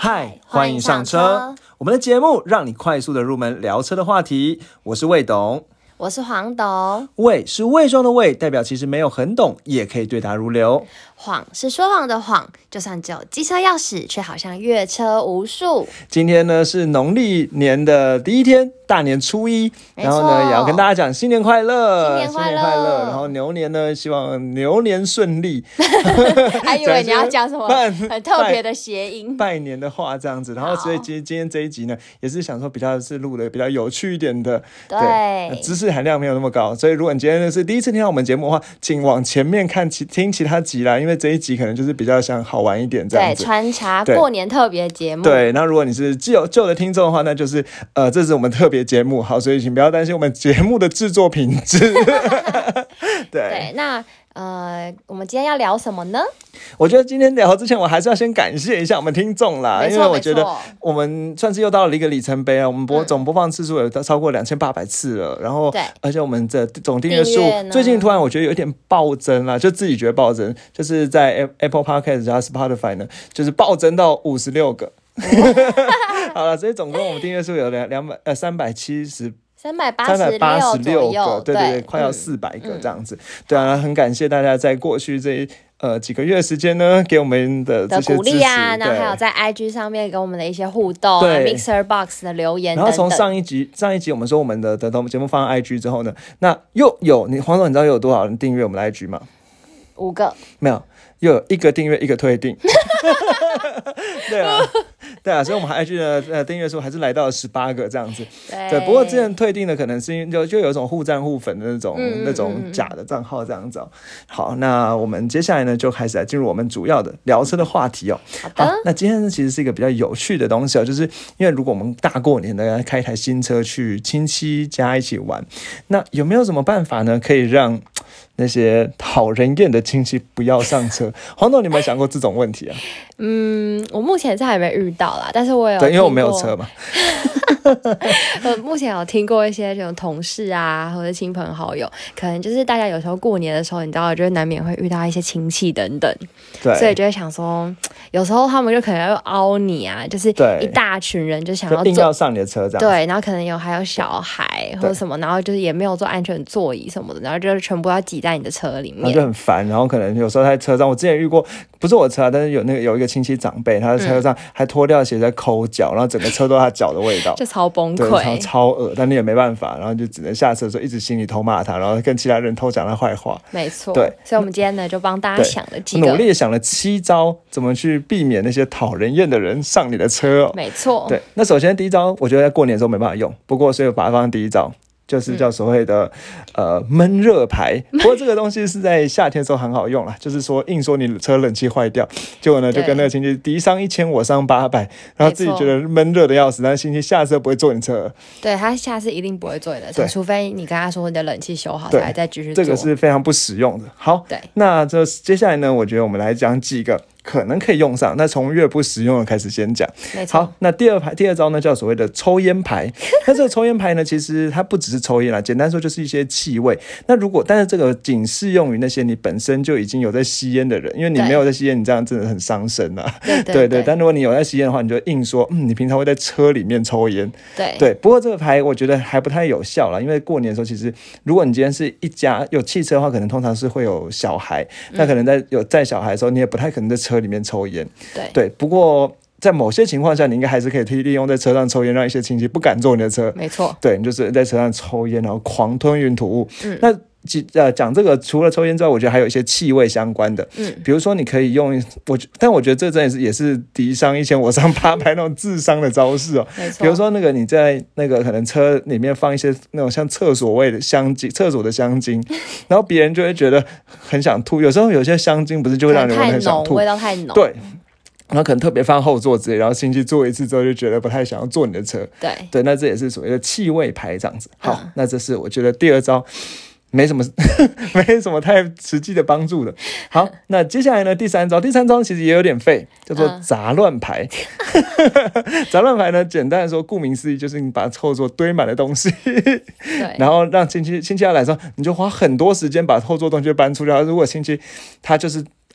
嗨，欢迎上车。我们的节目让你快速的入门聊车的话题。我是魏董， 我是黄董。 魏是魏双的魏，代表其实没有很懂，也可以对答如流。 谎是说谎的谎，就算只有机车钥匙，却好像越车无数。 今天呢是农历年的第一天，大年初一，然后呢也要跟大家讲新年快乐， 新年快乐。 然后牛年呢，希望牛年顺利。 还以为你要讲什么很特别的谐音， 拜年的话这样子。然后所以今天这一集呢，也是想说比较是录的比较有趣一点的， 对， 知识含量没有那么高。所以如果你今天是第一次听到我们节目的话，请往前面看听其他集啦，因为这一集可能就是比较想好玩一点这样子， 对，穿插过年特别节目。 对，那如果你是旧的听众的话，那就是这是我们特别节目，好，所以请不要担心我们节目的制作品质。 对，那我们今天要聊什么呢？ 我觉得今天聊之前，我还是要先感谢一下我们听众啦，因为我觉得我们算是又到了一个里程碑啊，我们总播放次数有超过2800次了，然后而且我们的总订阅数最近突然我觉得有点暴增啦，就自己觉得暴增，就是在 Apple Podcast 加 Spotify 呢，就是暴增到56个。好了，所以总共我们订阅数有386个，对，快要400个这样子。对啊，很感谢大家在过去这几个月时间呢，给我们的这些鼓励啊，然后还有在 IG 上面给我们的一些互动啊 ，Mixer Box 的留言等等。 然后从上一集我们说我们的节目放在 IG 之后呢，那又有黄总，你知道又有多少人订阅我们的 IG 吗 ？5个， 没有，又有1个订阅1个退订。对啊，所以我们IG 的订阅数还是来到了18个这样子。对，不过之前退订的可能是因为就有一种互赞互粉的那种假的账号这样子。好，那我们接下来呢就开始来进入我们主要的聊车的话题哦。好，那今天其实是一个比较有趣的东西哦，就是因为如果我们大过年的开一台新车去亲戚家一起玩，那有没有什么办法呢可以让那些讨人厌的亲戚不要上车？黄董，你有没有想过这种问题啊？ 我目前是还没遇到啦，但是我有对，因为我没有车嘛。 目前有听过一些这种同事啊，或者亲朋好友，可能就是大家有时候过年的时候，你知道，就是难免会遇到一些亲戚等等，对，所以就会想说，有时候他们就可能要凹你啊，就是一大群人就想要硬要上你的车这样， 对，然后可能还有小孩或者什么，然后就是也没有坐安全座椅什么的，然后就全部要挤在你的车里面， 然后就很烦。然后可能有时候在车上，我之前遇过，不是我车啊，但是有一个亲戚长辈，他在车上还脱掉鞋在抠脚，然后整个车都是他脚的味道， 就超崩溃， 超恶，但你也没办法，然后就只能下车的时候一直心里偷骂他，然后跟其他人偷讲他坏话。 没错， 对， 所以我们今天呢就帮大家想了几个， 努力想了7招，怎么去避免那些讨人厌的人上你的车哦。 没错， 对，那首先第一招，我觉得在过年的时候没办法用，不过所以我把它放在第一招。就是叫所谓的闷热牌，不过这个东西是在夏天的时候很好用啦，就是说硬说你车冷气坏掉，结果呢就跟那个亲戚敌伤1000我伤800，然后自己觉得闷热的要死，但是亲戚下次不会坐你车， 对，他下次一定不会坐你的车，除非你跟他说你的冷气修好才再继续坐， 这个是非常不实用的。好，对，那这接下来呢，我觉得我们来讲几个可能可以用上，那从越不实用的开始先讲。好，那第二招呢叫所谓的抽烟牌。那这个抽烟牌呢，其实它不只是抽烟啦，简单说就是一些气味。但是这个仅适用于那些你本身就已经有在吸烟的人，因为你没有在吸烟，你这样真的很伤身啊。对。但如果你有在吸烟的话，你就硬说，你平常会在车里面抽烟。对。不过这个牌我觉得还不太有效啦，因为过年的时候，其实如果你今天是一家有汽车的话，可能通常是会有小孩，那可能有载小孩的时候，你也不太可能在车里面抽烟。对。不过在某些情况下，你应该还是可以利用在车上抽烟，让一些亲戚不敢坐你的车。没错，对，你就是在车上抽烟，然后狂吞云吐雾。那讲这个除了抽烟之外，我觉得还有一些气味相关的。比如说你可以用但我觉得这真的也是敌伤1000我伤800那种自伤的招式哦。比如说那个你在那个可能车里面放一些那种像厕所味的香精，厕所的香精，然后别人就会觉得很想吐。有时候有些香精不是就会让人很想吐， 味道太浓。 对。然后可能特别放后座之类，然后亲戚坐一次之后就觉得不太想要坐你的车。对，那这也是所谓的气味牌这样子。好，那这是我觉得第二招。没什么太实际的帮助的。好，那接下来呢？第三招其实也有点废，叫做杂乱牌。杂乱牌呢，简单的说，顾名思义就是你把后座堆满了东西，然后让亲戚要来的时候，你就花很多时间把后座东西搬出去。如果亲戚他就是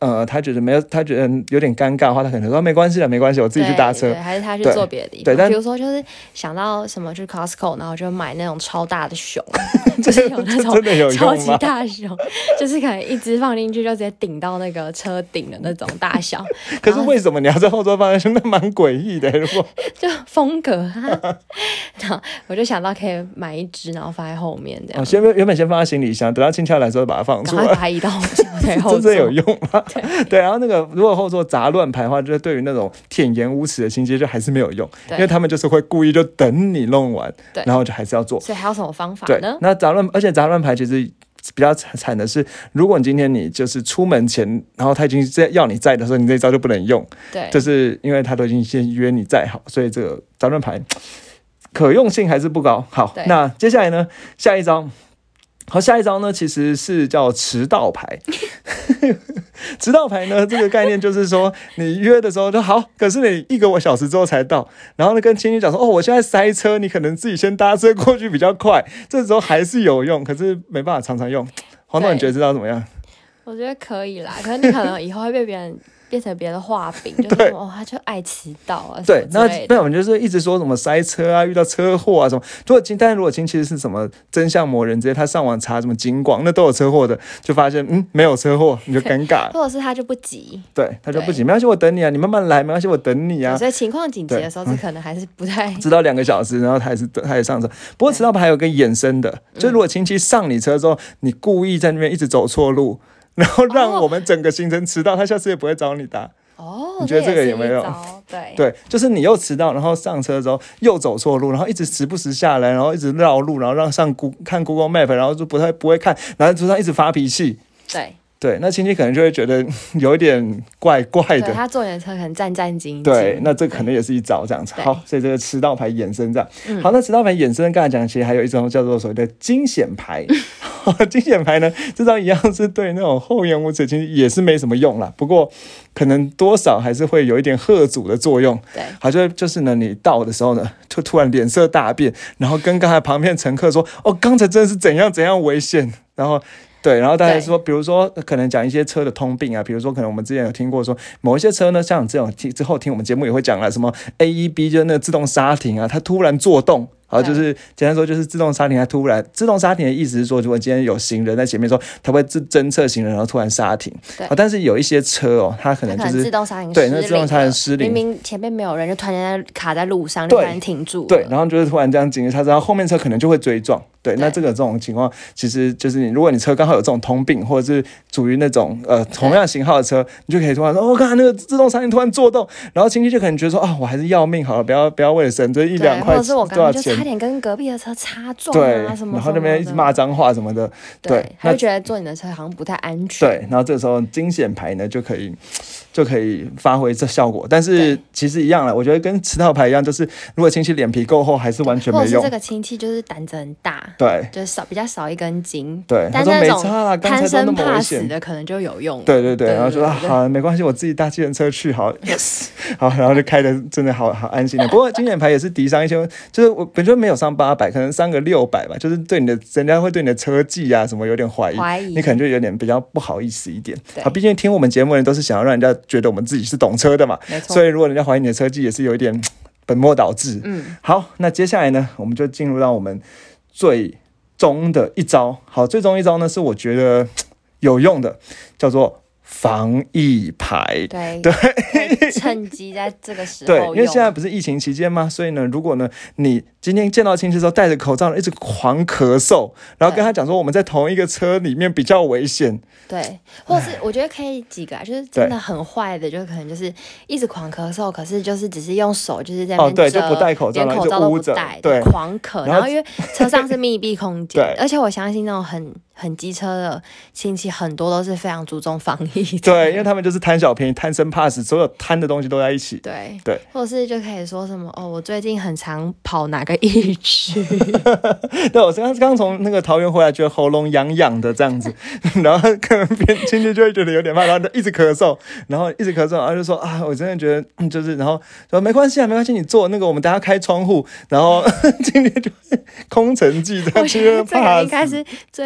他觉得有点尴尬的话，他可能说没关系了，没关系，我自己去搭车。 对，还是他去做别的地方。对，比如说就是想到什么去 Costco， 然后就买那种超大的熊，就是有那种超级大熊，就是可能一只放进去就直接顶到那个车顶的那种大小。 可是为什么你要在后座放熊？那蛮诡异的，如果就风格然后我就想到可以买一只，然后放在后面这样。 原本先放在行李箱，等到亲戚来的时候把它放出来， 把它移到后座。 真的有用吗？对，然后那个如果后座杂乱排的话，就是对于那种舔颜无耻的亲戚就还是没有用，因为他们就是会故意就等你弄完，然后就还是要做。 所以还有什么方法呢？ 那而且杂乱排其实比较惨的是，如果今天你就是出门前，然后他已经要你载的时候，你这一招就不能用。 对， 就是因为他都已经先约你载好，所以这个杂乱排可用性还是不高。好，那接下来呢，下一招呢，其实是叫迟到牌。迟到牌呢，这个概念就是说，你约的时候就好，可是你1个小时之后才到，然后呢跟亲戚讲说，我现在塞车，你可能自己先搭车过去比较快，这时候还是有用，可是没办法常常用。黄董，你觉得这招怎么样？ 我觉得可以啦，可是你可能以后会被别人变成别的画饼，就是他就爱迟到啊。对， 那我们就是一直说什么塞车啊，遇到车祸啊什么。但如果亲戚是什么真相魔人，直接他上网查什么警广，那都有车祸的，就发现没有车祸，你就尴尬。 或者是他就不急， 对，他就不急，没关系，我等你啊，你慢慢来，没关系，我等你啊。 所以情况紧急的时候，是可能还是不太直到2个小时，然后他也上车。不过迟到牌还有个衍生的，就如果亲戚上你车之后，你故意在那边一直走错路。然后让我们整个行程迟到，他下次也不会找你搭。你觉得这个有没有？对，就是你又迟到，然后上车之后又走错路，然后一直时不时下来，然后一直绕路，然后让看 Google Map， 然后就不会看，然后车上一直发脾气。对，那亲戚可能就会觉得有一点怪怪的。 对，他坐你的车可能战战兢兢。 对，那这可能也是一招这样子。好，所以这个迟到牌衍生这样。好，那迟到牌衍生刚才讲，其实还有一种叫做所谓的惊险牌。惊险牌呢，这招一样是对那种厚颜无耻亲戚也是没什么用啦，不过可能多少还是会有一点吓阻的作用。 对， 好，就是呢，你到的时候呢，就突然脸色大变，然后跟刚才旁边乘客说：“刚才真的是怎样怎样危险。”然后。对，然后大家说，比如说可能讲一些车的通病啊，比如说可能我们之前有听过说，某一些车呢，像这种之后听我们节目也会讲了，什么 AEB 就是那个自动刹停啊，它突然作动。好，就是简单说，就是自动刹停，它突然自动刹停的意思是说，如果今天有行人在前面说，它会侦测行人，然后突然刹停。但是有一些车它可能就是自动刹停， 对，那自动刹停失灵， 明明前面没有人，就突然卡在路上，就突然停住。 对，然后就是突然这样紧急刹车，然后后面车可能就会追撞。对，那这种情况，其实就是如果你车刚好有这种通病，或者是属于那种同样型号的车，你就可以突然说，刚才那个自动刹停突然作动，然后亲戚就可能觉得说，我还是要命好了，不要为了省这1-2块或者是我刚刚就差点跟隔壁的车擦撞啊什么， 然后那边一直骂脏话什么的， 对，他就觉得坐你的车好像不太安全。 对，然后这时候惊险牌呢就可以发挥这效果，但是其实一样了，我觉得跟迟到牌一样，就是如果亲戚脸皮够厚，还是完全没用。或者是这个亲戚就是胆子很大， 对， 就是比较少一根筋， 对， 但是那种贪生怕死的可能就有用。 对，然后说好没关系，我自己搭计程车去好 ，yes， 好，然后就开的真的好安心的。不过惊险牌也是敌上一些，就是我本身没有上800，可能上个600吧，就是对人家会对你的车技啊什么有点怀疑，你可能就有点比较不好意思一点。好，毕竟听我们节目的人都是想要让人家觉得我们自己是懂车的嘛，所以如果人家怀疑你的车技，也是有一点本末倒置。好，那接下来呢，我们就进入到我们最终的一招。好，最终一招呢是我觉得有用的，叫做防疫牌。 对，趁机在这个时候对，因为现在不是疫情期间吗？所以呢，如果呢你今天见到亲戚的时候戴着口罩一直狂咳嗽，然后跟他讲说我们在同一个车里面比较危险。 对，或者是我觉得可以几个就是真的很坏的，就可能就是一直狂咳嗽，可是就是只是用手就是在那边就不戴口罩， 连口罩都不戴，对，狂咳。然后因为车上是密闭空间，而且我相信那种很机车的亲戚很多都是非常注重防疫的， 对，因为他们就是贪小便宜、贪生怕死，所有贪的东西都在一起。 对，或者是就可以说什么我最近很常跑哪个疫区。 对，我刚从那个桃园回来，觉得喉咙痒痒的这样子，然后可能别人亲戚就会觉得有点怕，然后就一直咳嗽，然后就说我真的觉得就是，然后说没关系，你坐那个，我们等下开窗户，然后今天就会空城计这样， 我觉得这个应该是最近非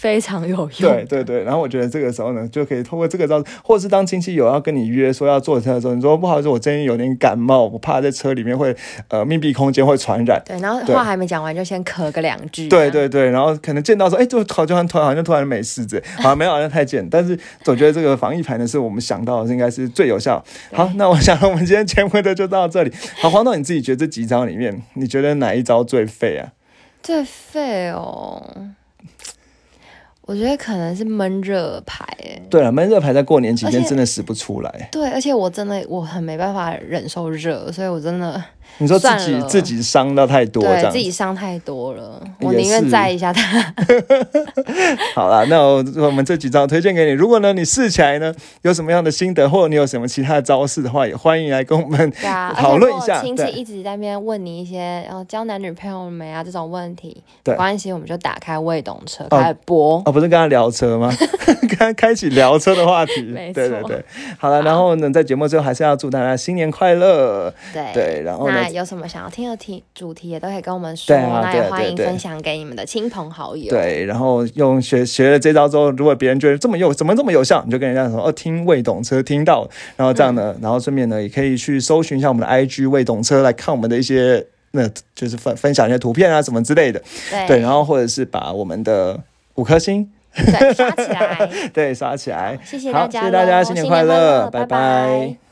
非常有用。 对对对，然后我觉得这个时候呢，就可以透过这个招，或者是当亲戚有要跟你约说要坐车的时候，你说不好意思，我最近有点感冒，我怕在车里面会密闭空间会传染。 对，然后话还没讲完就先咳个2句。 对对对，然后可能见到说，就好像突然没事这，好没有，好像太贱。但是总觉得这个防疫牌呢，是我们想到的应该是最有效。好，那我想我们今天节目就到这里。好，黄豆，你自己觉得这几招里面，你觉得哪一招最废啊？ 最废哦，我觉得可能是闷热牌。 对了，闷热牌在过年期间真的使不出来。 对，而且我很没办法忍受热，所以我真的。 你说自己伤到太多， 对，自己伤太多了，我宁愿载一下他。 好啦，那我们这几招推荐给你。如果呢你试起来呢有什么样的心得，或者你有什么其他的招式的话，也欢迎来跟我们讨论一下。 亲戚一直在那边问你一些交男女朋友没啊这种问题，没关系，我们就打开未懂车开始播。 不是跟他聊车吗？跟他开启聊车的话题。对对对，好了，然后呢，在节目最后还是要祝大家新年快乐。 对， 然后呢， 有什么想要听的主题也都可以跟我们说，那也欢迎分享给你们的亲朋好友。 对，然后用学了这招之后，如果别人觉得怎么这么有效，你就跟人家说听未懂车听到，然后这样呢，然后顺便呢也可以去搜寻一下我们的 IG 未懂车来看我们的一些就是分享一些图片啊什么之类的。对，然后或者是把我们的5颗星对刷起来， 对刷起来。 谢谢大家， 谢谢大家，新年快乐，拜拜。